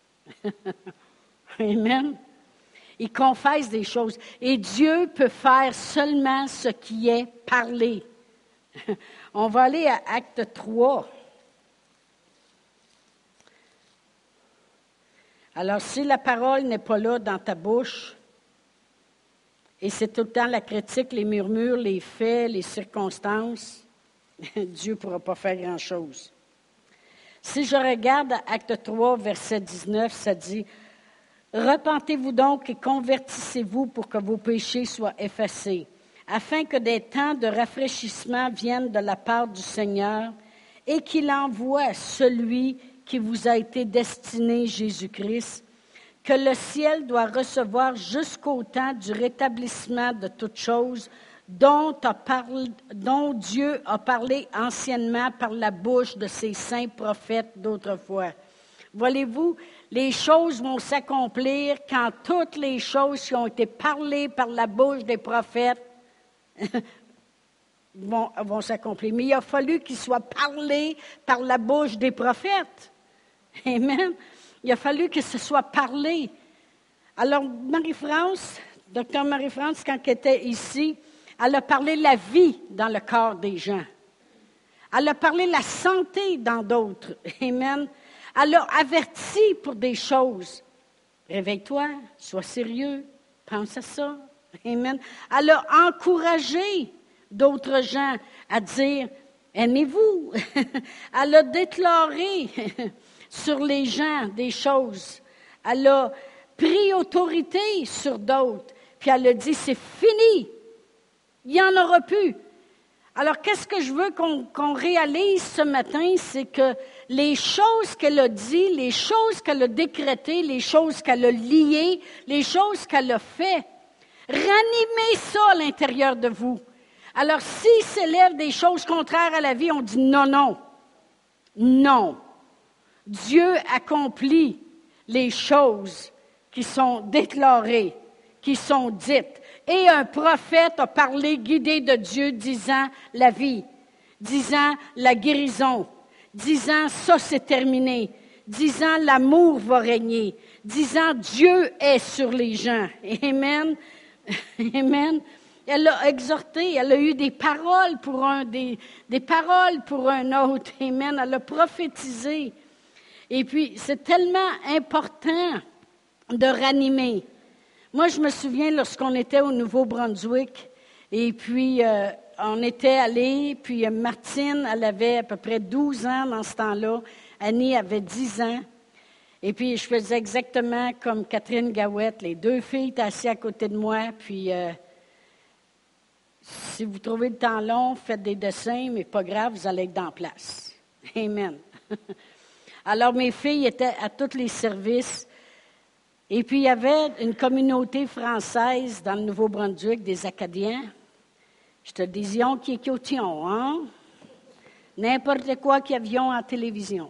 Amen. Il confesse des choses. Et Dieu peut faire seulement ce qui est parlé. On va aller à Acte trois. Alors, si la parole n'est pas là dans ta bouche, et c'est tout le temps la critique, les murmures, les faits, les circonstances, Dieu ne pourra pas faire grand-chose. Si je regarde Acte trois, verset dix-neuf, ça dit « Repentez-vous donc et convertissez-vous pour que vos péchés soient effacés, afin que des temps de rafraîchissement viennent de la part du Seigneur et qu'il envoie celui qui vous a été destiné, Jésus-Christ, que le ciel doit recevoir jusqu'au temps du rétablissement de toutes choses, dont, a parlé, dont Dieu a parlé anciennement par la bouche de ses saints prophètes d'autrefois. Voyez-vous, les choses vont s'accomplir quand toutes les choses qui ont été parlées par la bouche des prophètes vont, vont s'accomplir. Mais il a fallu qu'ils soient parlés par la bouche des prophètes. Amen. Il a fallu que ce soit parlé. Alors, Marie-France, docteur Marie-France, quand elle était ici, elle a parlé la vie dans le corps des gens. Elle a parlé la santé dans d'autres. Amen. Elle a averti pour des choses. Réveille-toi, sois sérieux, pense à ça. Amen. Elle a encouragé d'autres gens à dire, aimez-vous. Elle a déclaré sur les gens des choses. Elle a pris autorité sur d'autres. Puis elle a dit, c'est fini. Il n'y en aura plus. Alors, qu'est-ce que je veux qu'on, qu'on réalise ce matin, c'est que les choses qu'elle a dit, les choses qu'elle a décrétées, les choses qu'elle a liées, les choses qu'elle a fait, ranimez ça à l'intérieur de vous. Alors, s'il s'élève des choses contraires à la vie, on dit non, non, non. Dieu accomplit les choses qui sont déclarées, qui sont dites. Et un prophète a parlé guidé de Dieu, disant la vie, disant la guérison, disant ça c'est terminé, disant l'amour va régner, disant Dieu est sur les gens. Amen. Amen. Elle a exhorté, elle a eu des paroles pour un, des, des paroles pour un autre. Amen. Elle a prophétisé. Et puis, c'est tellement important de ranimer. Moi, je me souviens lorsqu'on était au Nouveau-Brunswick, et puis euh, on était allés, puis euh, Martine, elle avait à peu près douze ans dans ce temps-là, Annie avait dix ans, et puis je faisais exactement comme Catherine Gawette, les deux filles étaient assises à côté de moi, puis euh, si vous trouvez le temps long, faites des dessins, mais pas grave, vous allez être dans la place. Amen. Alors mes filles étaient à tous les services. Et puis, il y avait une communauté française dans le Nouveau-Brunswick, des Acadiens. Je te disais qui est hein? N'importe quoi qu'il y avait en télévision.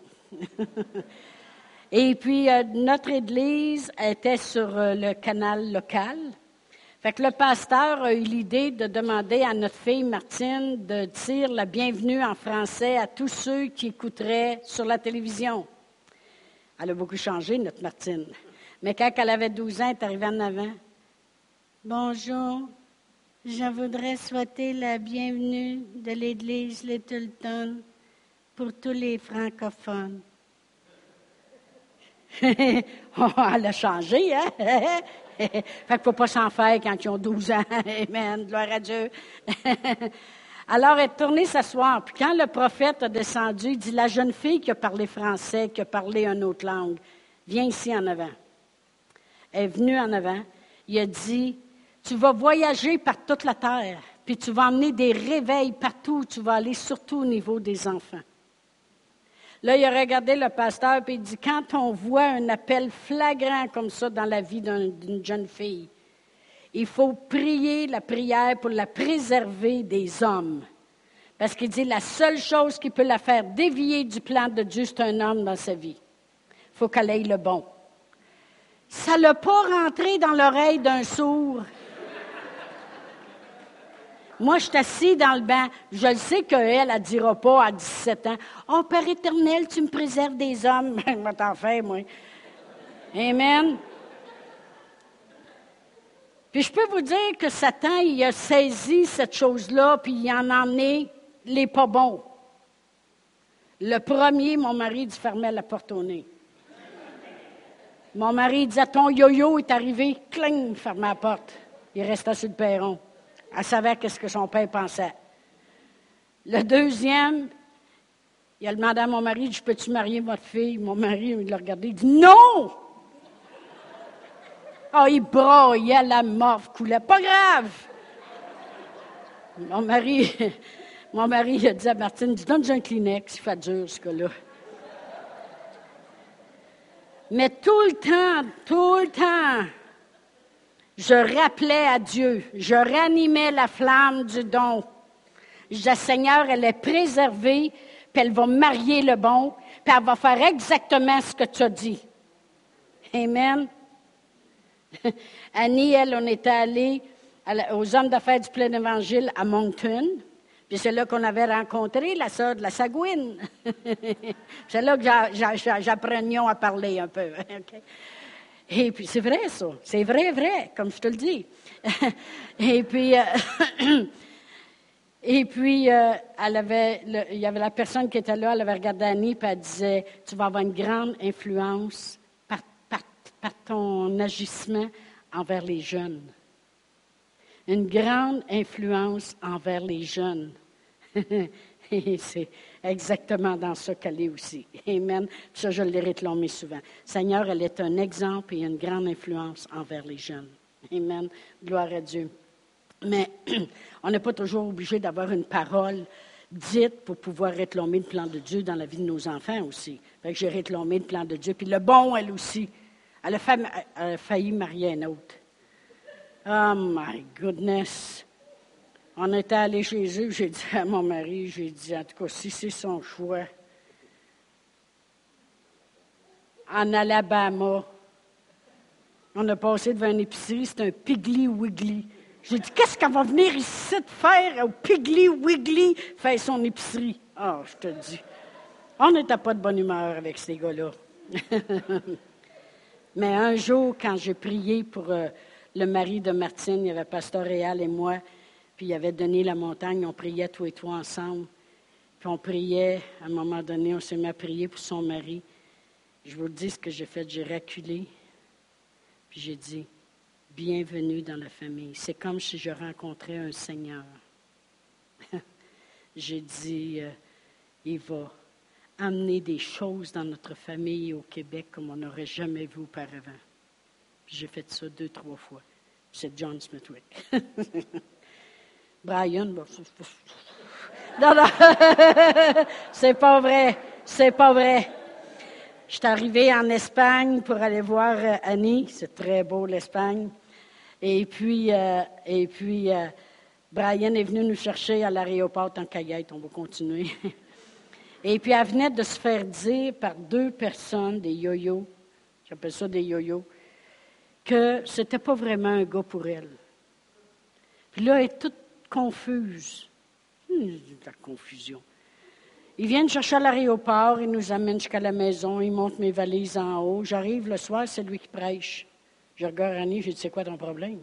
Et puis, euh, notre église était sur euh, le canal local. Fait que le pasteur a eu l'idée de demander à notre fille Martine de dire la bienvenue en français à tous ceux qui écouteraient sur la télévision. Elle a beaucoup changé, notre Martine. Mais quand elle avait douze ans, elle est arrivée en avant. Bonjour, je voudrais souhaiter la bienvenue de l'Église Littleton pour tous les francophones. Oh, elle a changé, hein? Fait qu'il ne faut pas s'en faire quand ils ont douze ans. Amen, gloire à Dieu. Alors, elle est tournée s'asseoir. Puis quand le prophète a descendu, il dit, la jeune fille qui a parlé français, qui a parlé une autre langue, viens ici en avant. Elle est venue en avant. Il a dit, tu vas voyager par toute la terre, puis tu vas emmener des réveils partout où tu vas aller, surtout au niveau des enfants. Là, il a regardé le pasteur, puis il dit, quand on voit un appel flagrant comme ça dans la vie d'un, d'une jeune fille, il faut prier la prière pour la préserver des hommes. Parce qu'il dit, la seule chose qui peut la faire dévier du plan de Dieu, c'est un homme dans sa vie. Il faut qu'elle ait le bon. Ça ne l'a pas rentré dans l'oreille d'un sourd. Moi, je suis assis dans le banc. Je le sais qu'elle, elle ne dira pas à dix-sept ans, « Oh, Père éternel, tu me préserves des hommes. » Je vais t'en faire, moi. Amen. Puis je peux vous dire que Satan, il a saisi cette chose-là, puis il en a emmené les pas bons. Le premier, mon mari dit, fermait la porte au nez. Mon mari disait, ton yo-yo est arrivé, cling, fermait la porte. Il restait sur le perron. Elle savait qu'est-ce que son père pensait. Le deuxième, il a demandé à mon mari, je peux-tu marier votre fille? Mon mari, il l'a regardé, il dit, non! Ah, oh, il broyait, la morve coulait. Pas grave! Mon mari, mon mari il a dit à Martine, dis, donne-moi un Kleenex, il fait dur, ce gars-là. Mais tout le temps, tout le temps, je rappelais à Dieu, je ranimais la flamme du don. Je disais, Seigneur, elle est préservée, puis elle va marier le bon, puis elle va faire exactement ce que tu as dit. Amen. Annie, elle, on était allés aux hommes d'affaires du plein évangile à Moncton. Puis c'est là qu'on avait rencontré la sœur de la Sagouine. C'est là que j'apprenais à parler un peu. Okay? Et puis c'est vrai ça, c'est vrai, vrai, comme je te le dis. Et puis, euh, et puis euh, elle avait, le, il y avait la personne qui était là, elle avait regardé Annie, puis elle disait, tu vas avoir une grande influence par, par, par ton agissement envers les jeunes. Une grande influence envers les jeunes. Et c'est exactement dans ça qu'elle est aussi. Amen. Puis ça, je l'ai réclamé souvent. Seigneur, elle est un exemple et une grande influence envers les jeunes. Amen. Gloire à Dieu. Mais on n'est pas toujours obligé d'avoir une parole dite pour pouvoir réclamer le plan de Dieu dans la vie de nos enfants aussi. Fait que j'ai réclamé le plan de Dieu. Puis le bon, elle aussi. Elle a, fa- elle a failli marier un autre. Oh my goodness! On était allé chez eux, j'ai dit à mon mari, j'ai dit, en tout cas, si c'est son choix, en Alabama, on a passé devant une épicerie, c'est un Piggly Wiggly. J'ai dit, qu'est-ce qu'elle va venir ici de faire au Piggly Wiggly, faire son épicerie? Ah, oh, je te dis, on n'était pas de bonne humeur avec ces gars-là. Mais un jour, quand j'ai prié pour euh, le mari de Martine, il y avait Pasteur Réal et moi, puis il avait donné la montagne, on priait tous et toi ensemble. Puis on priait, à un moment donné, on s'est mis à prier pour son mari. Je vous le dis ce que j'ai fait, j'ai reculé. Puis j'ai dit, bienvenue dans la famille. C'est comme si je rencontrais un Seigneur. J'ai dit, euh, il va amener des choses dans notre famille au Québec comme on n'aurait jamais vu auparavant. Puis j'ai fait ça deux, trois fois. C'est John Smithwick. Brian, ben, non, non, c'est pas vrai, c'est pas vrai. Je suis arrivée en Espagne pour aller voir euh, Annie, c'est très beau l'Espagne. Et puis, euh, et puis euh, Brian est venu nous chercher à l'aéroport en Cayette, on va continuer. Et puis elle venait de se faire dire par deux personnes, des yo-yo, j'appelle ça des yo-yo, que c'était pas vraiment un gars pour elle. Puis là, elle est toute confuse. Hum, de la confusion. Ils viennent chercher à l'aéroport, ils nous amènent jusqu'à la maison, ils montent mes valises en haut. J'arrive le soir, c'est lui qui prêche. Je regarde Annie, je dis, c'est quoi ton problème?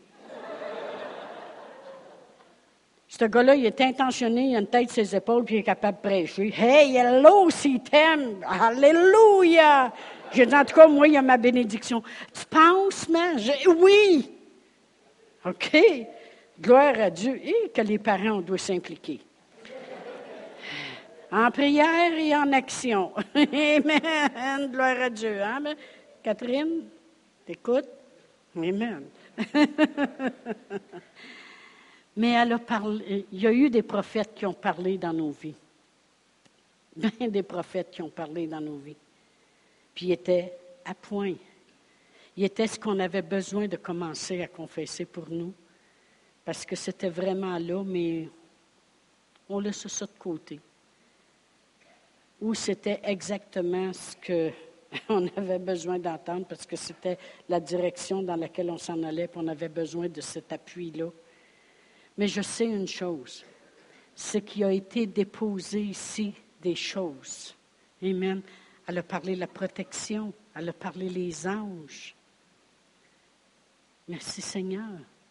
Ce gars-là, il est intentionné, il a une tête sur ses épaules, puis il est capable de prêcher. Hey, hello, s'il t'aime! Alléluia! J'ai dit, en tout cas, moi, il y a ma bénédiction. Tu penses, man? Je, oui! OK. Gloire à Dieu. Et que les parents, on doit s'impliquer. En prière et en action. Amen. Gloire à Dieu. Hein? Catherine, t'écoutes? Amen. Mais elle a parlé, il y a eu des prophètes qui ont parlé dans nos vies. Bien des prophètes qui ont parlé dans nos vies. Puis ils étaient à point. Ils étaient ce qu'on avait besoin de commencer à confesser pour nous. Parce que c'était vraiment là, mais on laisse ça de côté. Ou c'était exactement ce qu'on avait besoin d'entendre, parce que c'était la direction dans laquelle on s'en allait, puis on avait besoin de cet appui-là. Mais je sais une chose, c'est qu'il a été déposé ici des choses. Amen. Elle a parlé de la protection, elle a parlé des anges. Merci Seigneur.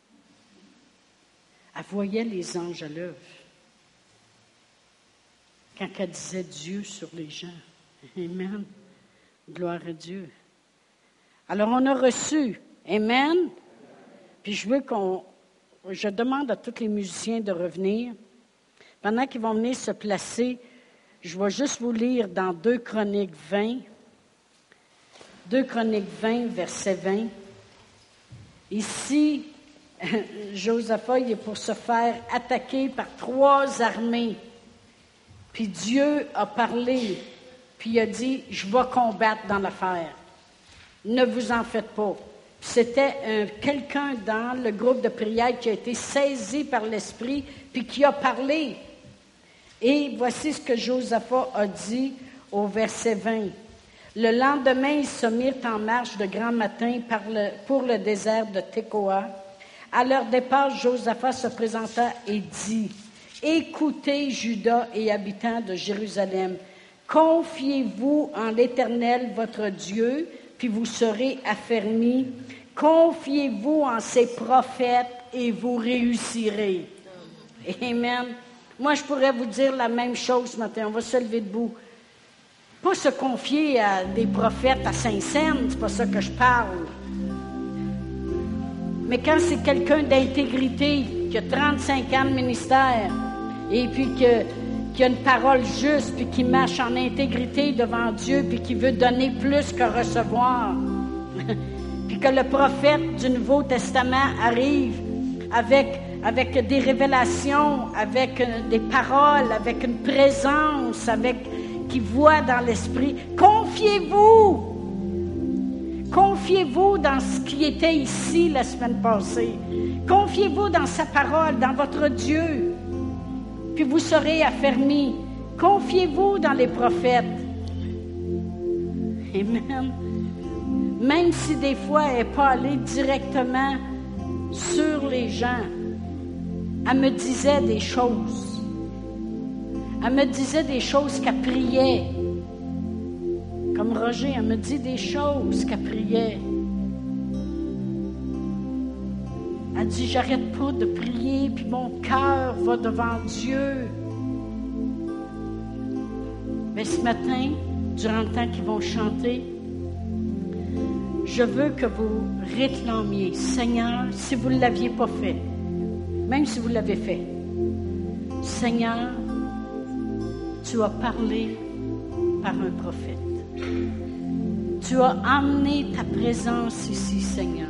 Elle voyait les anges à l'œuvre. Quand elle disait Dieu sur les gens. Amen. Gloire à Dieu. Alors, on a reçu. Amen. Puis je veux qu'on... Je demande à tous les musiciens de revenir. Pendant qu'ils vont venir se placer, je vais juste vous lire dans deux Chroniques vingt. deux Chroniques vingt, verset vingt. Ici, Josaphat est pour se faire attaquer par trois armées. Puis Dieu a parlé, puis il a dit, je vais combattre dans l'affaire. Ne vous en faites pas. C'était euh, quelqu'un dans le groupe de prière qui a été saisi par l'Esprit, puis qui a parlé. Et voici ce que Josaphat a dit au verset vingt. Le lendemain, ils se mirent en marche de grand matin par le, pour le désert de Tekoa. À leur départ, Josaphat se présenta et dit, « Écoutez, Juda et habitants de Jérusalem, confiez-vous en l'Éternel, votre Dieu, puis vous serez affermis. Confiez-vous en ses prophètes et vous réussirez. » Amen. Moi, je pourrais vous dire la même chose ce matin. On va se lever debout. Pas se confier à des prophètes à Saint-Saëns, c'est pas ça que je parle. Mais quand c'est quelqu'un d'intégrité, qui a trente-cinq ans de ministère, et puis que, qui a une parole juste, puis qui marche en intégrité devant Dieu, puis qui veut donner plus que recevoir, puis que le prophète du Nouveau Testament arrive avec, avec des révélations, avec des paroles, avec une présence, avec qui voit dans l'esprit. Confiez-vous! Confiez-vous dans ce qui était ici la semaine passée. Confiez-vous dans sa parole, dans votre Dieu. Puis vous serez affermis. Confiez-vous dans les prophètes. Amen. Même si des fois elle n'est pas allée directement sur les gens, elle me disait des choses. Elle me disait des choses qu'elle priait. Comme Roger, elle me dit des choses qu'elle priait. Elle dit, j'arrête pas de prier, puis mon cœur va devant Dieu. Mais ce matin, durant le temps qu'ils vont chanter, je veux que vous réclamiez, Seigneur, si vous ne l'aviez pas fait, même si vous l'avez fait, Seigneur, tu as parlé par un prophète. Tu as amené ta présence ici, Seigneur.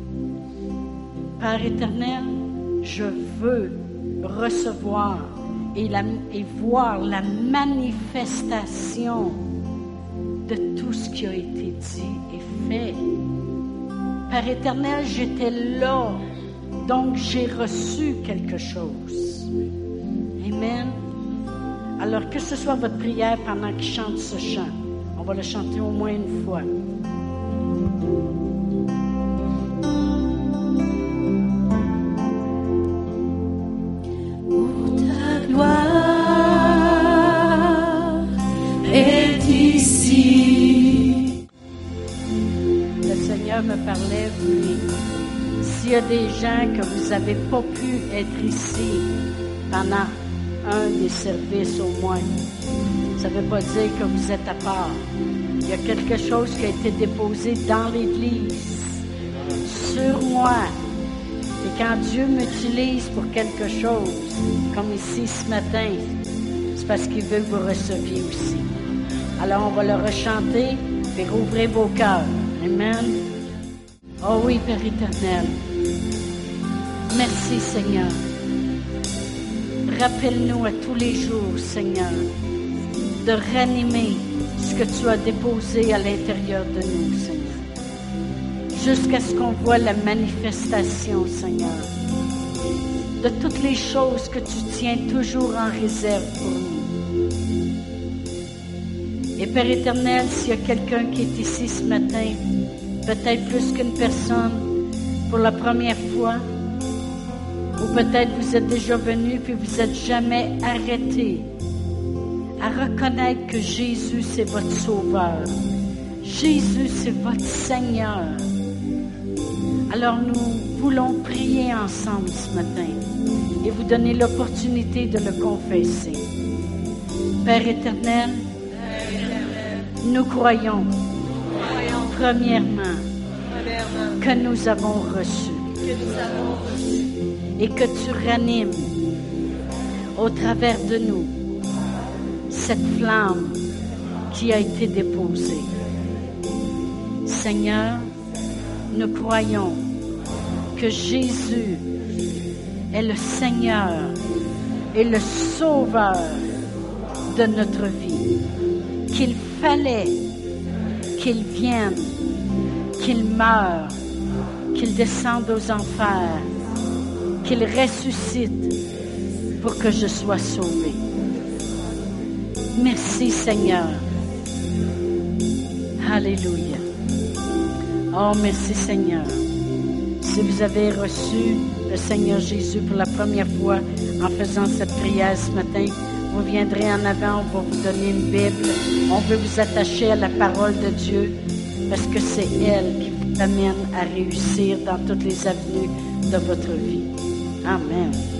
Père éternel, je veux recevoir et, la, et voir la manifestation de tout ce qui a été dit et fait. Père éternel, j'étais là, donc j'ai reçu quelque chose. Amen. Alors que ce soit votre prière pendant qu'il chante ce chant, on va le chanter au moins une fois. Où ta gloire est ici. Le Seigneur me parlait, oui. S'il y a des gens que vous n'avez pas pu être ici pendant un des services au moins, ça ne veut pas dire que vous êtes à part. Il y a quelque chose qui a été déposé dans l'Église, sur moi. Et quand Dieu m'utilise pour quelque chose, comme ici ce matin, c'est parce qu'il veut que vous receviez aussi. Alors on va le rechanter, et rouvrez vos cœurs. Amen. Oh oui, Père éternel. Merci, Seigneur. Rappelle-nous à tous les jours, Seigneur, de ranimer ce que tu as déposé à l'intérieur de nous, Seigneur. Jusqu'à ce qu'on voit la manifestation, Seigneur, de toutes les choses que tu tiens toujours en réserve pour nous. Et Père éternel, s'il y a quelqu'un qui est ici ce matin, peut-être plus qu'une personne, pour la première fois, ou peut-être vous êtes déjà venu puis vous n'êtes jamais arrêté à reconnaître que Jésus, c'est votre Sauveur. Jésus, c'est votre Seigneur. Alors nous voulons prier ensemble ce matin et vous donner l'opportunité de le confesser. Père éternel, Père éternel, nous croyons, nous croyons premièrement, premièrement que nous avons reçu que nous avons reçu et que tu ranimes au travers de nous cette flamme qui a été déposée. Seigneur, nous croyons que Jésus est le Seigneur et le Sauveur de notre vie, qu'il fallait qu'il vienne, qu'il meure qu'il descende aux enfers, qu'il ressuscite pour que je sois sauvé. Merci Seigneur. Alléluia. Oh, merci Seigneur. Si vous avez reçu le Seigneur Jésus pour la première fois en faisant cette prière ce matin, vous viendrez en avant, on va vous donner une Bible. On veut vous attacher à la parole de Dieu parce que c'est elle qui vous amène à réussir dans toutes les avenues de votre vie. Amen.